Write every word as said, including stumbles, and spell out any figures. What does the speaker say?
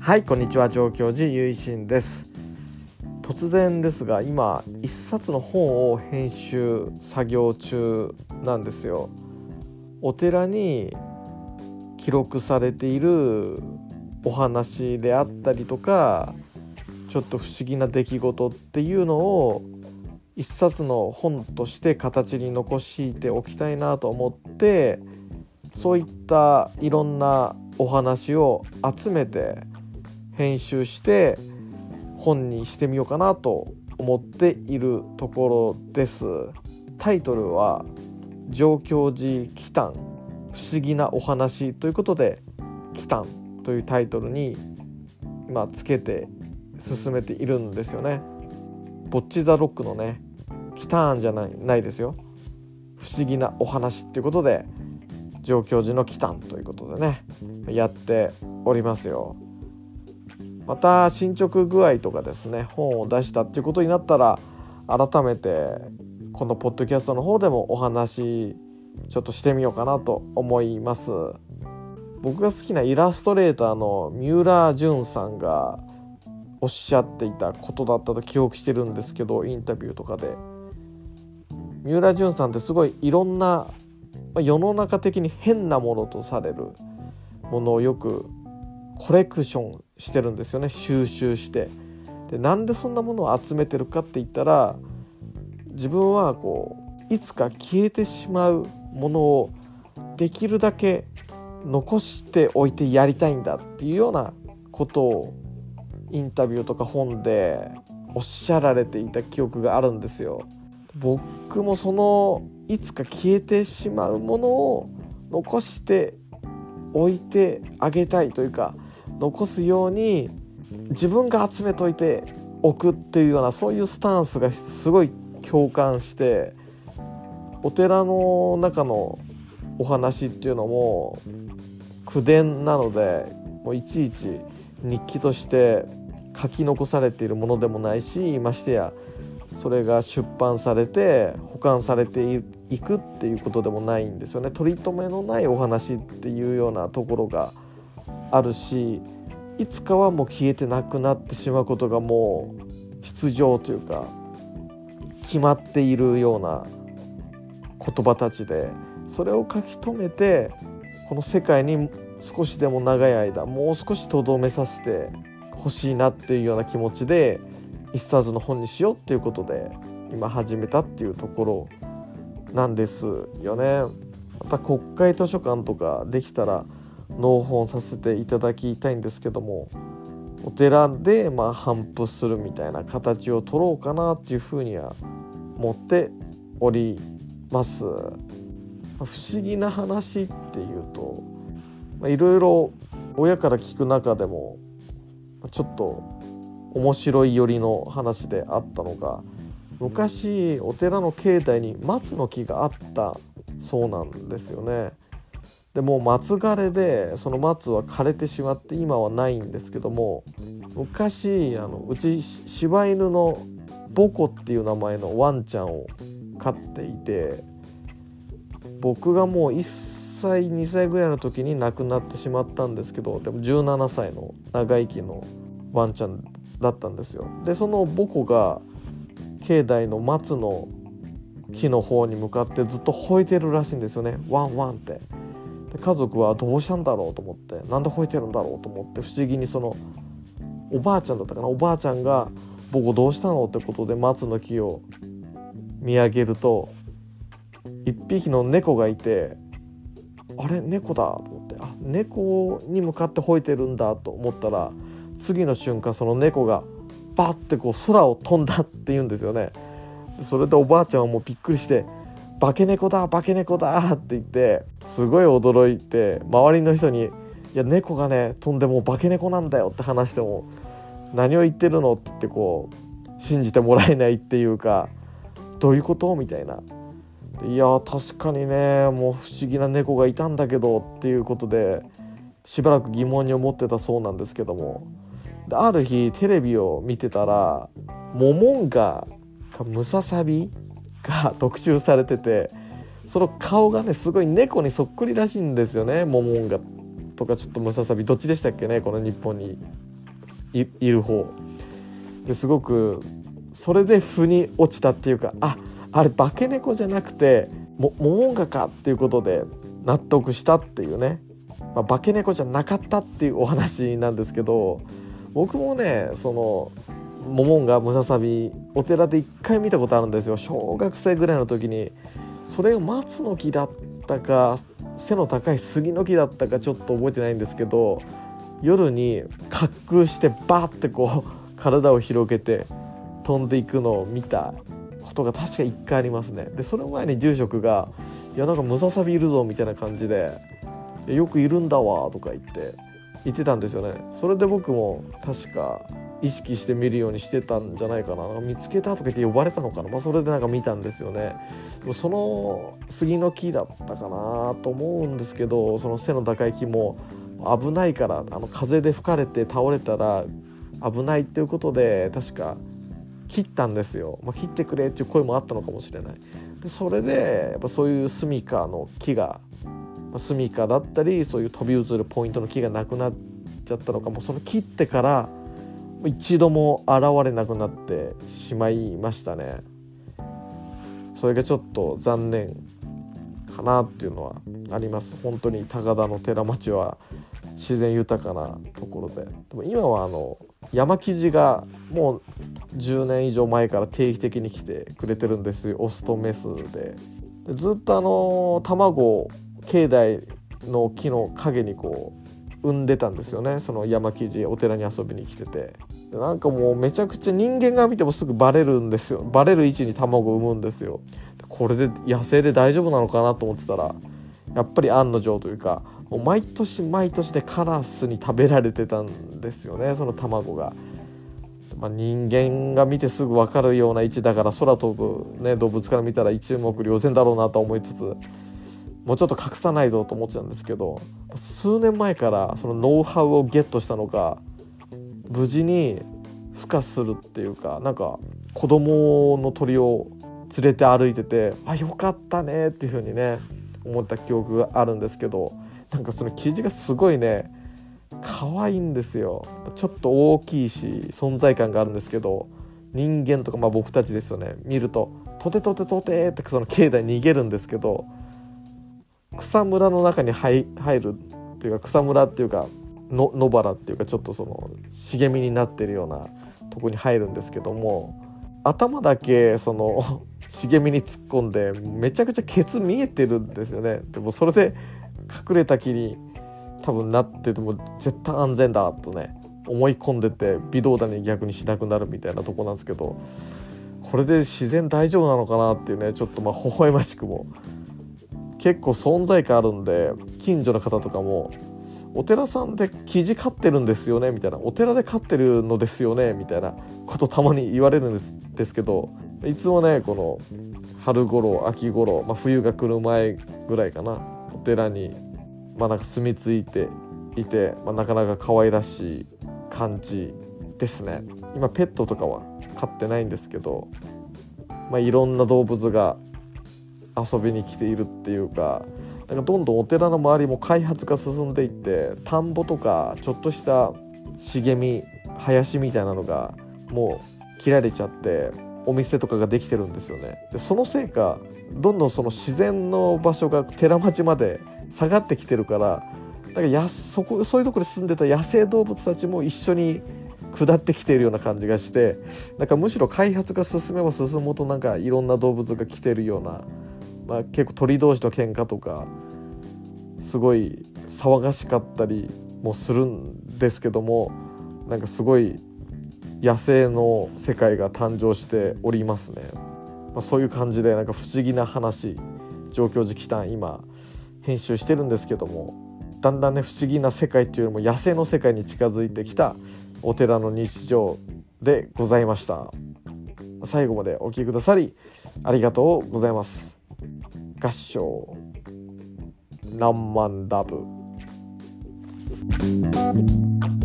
はい、こんにちは。上京寺ゆいしんです。突然ですが、今一冊の本を編集作業中なんですよ。お寺に記録されているお話であったりとか、ちょっと不思議な出来事っていうのを一冊の本として形に残しておきたいなと思って、そういったいろんなお話を集めて編集して本にしてみようかなと思っているところです。タイトルは上京寺奇譚不思議なお話ということで、奇譚というタイトルに今つけて進めているんですよね。ボッチザロックのね、奇譚じゃない、ないですよ。不思議なお話っていうことで、上京寺の奇譚ということでね、やっておりますよ。また進捗具合とかですね、本を出したっていうことになったら、改めてこのポッドキャストの方でもお話ちょっとしてみようかなと思います。僕が好きなイラストレーターの三浦淳さんがおっしゃっていたことだったと記憶してるんですけど、インタビューとかで三浦淳さんってすごいいろんな世の中的に変なものとされるものをよくコレクションしてるんですよね。収集して、でなんでそんなものを集めてるかって言ったら、自分はこういつか消えてしまうものをできるだけ残しておいてやりたいんだっていうようなことをインタビューとか本でおっしゃられていた記憶があるんですよ。僕もそのいつか消えてしまうものを残しておいてあげたいというか、残すように自分が集めといておくっていうような、そういうスタンスがすごい共感して、お寺の中のお話っていうのも口伝なので、もういちいち日記として書き残されているものでもないし、ましてやそれが出版されて保管されていくっていうことでもないんですよね。取り留めのないお話っていうようなところがあるし、いつかはもう消えてなくなってしまうことがもう必要というか決まっているような言葉たちで、それを書き留めてこの世界に少しでも長い間もう少しとどめさせてほしいなっていうような気持ちで一冊の本にしようっていうことで今始めたっていうところなんですよね。また国会図書館とかできたら納本させていただきたいんですけども、お寺でまあ頒布するみたいな形を取ろうかなっていうふうには思っております。不思議な話っていうと、いろいろ親から聞く中でもちょっと面白い寄りの話であったのが、昔お寺の境内に松の木があったそうなんですよね。でもう松枯れでその松は枯れてしまって今はないんですけども、昔あのうち柴犬のボコっていう名前のワンちゃんを飼っていて、僕がもういっさいにさいぐらいの時に亡くなってしまったんですけど、でもじゅうななさいの長生きのワンちゃんだったんですよ。でそのボコが境内の松の木の方に向かってずっと吠えてるらしいんですよね。ワンワンって。で家族はどうしたんだろうと思って、なんで吠えてるんだろうと思って、不思議にそのおばあちゃんだったかな、おばあちゃんがボコどうしたのってことで松の木を見上げると一匹の猫がいて、あれ猫だと思って、あ猫に向かって吠えてるんだと思ったら、次の瞬間その猫がバッてこう空を飛んだって言うんですよね。それでおばあちゃんはもうびっくりして、化け猫だ化け猫だって言ってすごい驚いて、周りの人にいや猫がね飛んでもう化け猫なんだよって話しても、何を言ってるのって言ってこう信じてもらえないっていうか、どういうことみたいな、いや確かにねもう不思議な猫がいたんだけどっていうことでしばらく疑問に思ってたそうなんですけども、である日テレビを見てたらモモンガかムササビが特集されてて、その顔がねすごい猫にそっくりらしいんですよね。モモンガとかちょっとムササビどっちでしたっけね、この日本にい, いる方ですごくそれで腑に落ちたっていうか、ああれ化け猫じゃなくてモモンガかっていうことで納得したっていうね、まあ、化け猫じゃなかったっていうお話なんですけど、僕もねそのモモンガムササビお寺で一回見たことあるんですよ。小学生ぐらいの時に、それが松の木だったか背の高い杉の木だったかちょっと覚えてないんですけど、夜に滑空してバーってこう体を広げて飛んでいくのを見たことが確かいっかいありますね。でその前に住職がいやなんかムササビいるぞみたいな感じでよくいるんだわとか言って言ってたんですよね。それで僕も確か意識して見るようにしてたんじゃないかな。なんか見つけたとか言って呼ばれたのかな、まあ、それでなんか見たんですよね。その杉の木だったかなと思うんですけど、その背の高い木も危ないから、あの風で吹かれて倒れたら危ないっていうことで確か切ったんですよ。まあ、切ってくれっていう声もあったのかもしれない。でそれでやっぱそういう住みかの木が、まあ、住みかだったりそういう飛び移るポイントの木がなくなっちゃったのか、もうその切ってから一度も現れなくなってしまいましたね。それがちょっと残念かなっていうのはあります。本当に高田の寺町は自然豊かなところで、でも今はあの山生地がもうじゅうねん以上前から定期的に来てくれてるんですよ。オスとメスで、でずっとあの卵を境内の木の陰にこう産んでたんですよね。その山生地お寺に遊びに来てて、でなんかもうめちゃくちゃ人間が見てもすぐバレるんですよ。バレる位置に卵を産むんですよ。これで野生で大丈夫なのかなと思ってたら、やっぱり案の定というか、もう毎年毎年でカラスに食べられてたんですよね、その卵が。まあ、人間が見てすぐ分かるような位置だから空飛ぶ、ね、動物から見たら一目瞭然だろうなと思いつつ、もうちょっと隠さないとと思ってたんですけど、数年前からそのノウハウをゲットしたのか無事に孵化するっていうか、なんか子供の鳥を連れて歩いてて、あよかったねっていう風にね思った記憶があるんですけど、なんかその生地がすごいね可愛いんですよ。ちょっと大きいし存在感があるんですけど、人間とかまあ僕たちですよね、見るとトテトテトテってその境内に逃げるんですけど、草むらの中に入るっていうか、草むらっていうかの野原っていうか、ちょっとその茂みになってるようなとこに入るんですけども、頭だけその茂みに突っ込んでめちゃくちゃケツ見えてるんですよね。でもそれで隠れた木に多分なってても絶対安全だとね思い込んでて、微動だに逆にしなくなるみたいなとこなんですけど、これで自然大丈夫なのかなっていうね、ちょっとまあ微笑ましくも結構存在感あるんで、近所の方とかもお寺さんでキジ飼ってるんですよねみたいな、お寺で飼ってるのですよねみたいなことたまに言われるんですですけど、いつもねこの春頃秋頃、まあ、冬が来る前ぐらいかな、お寺にまあなんか住み着いていて、まあ、なかなか可愛らしい感じですね。今ペットとかは飼ってないんですけど、まあ、いろんな動物が遊びに来ているっていうか、なんかどんどんお寺の周りも開発が進んでいって、田んぼとかちょっとした茂み林みたいなのがもう切られちゃってお店とかができてるんですよね。でそのせいかどんどんその自然の場所が寺町まで下がってきてるから、だからやそこそういうところに住んでた野生動物たちも一緒に下ってきているような感じがして、なんかむしろ開発が進めば進むほどなんかいろんな動物が来てるような、まあ、結構鳥同士の喧嘩とかすごい騒がしかったりもするんですけども、なんかすごい野生の世界が誕生しておりますね。まあ、そういう感じでなんか不思議な話、上京寺奇譚今編集してるんですけども、だんだんね不思議な世界っていうよりも野生の世界に近づいてきたお寺の日常でございました。最後までお聞きくださりありがとうございます。合唱何万ダブ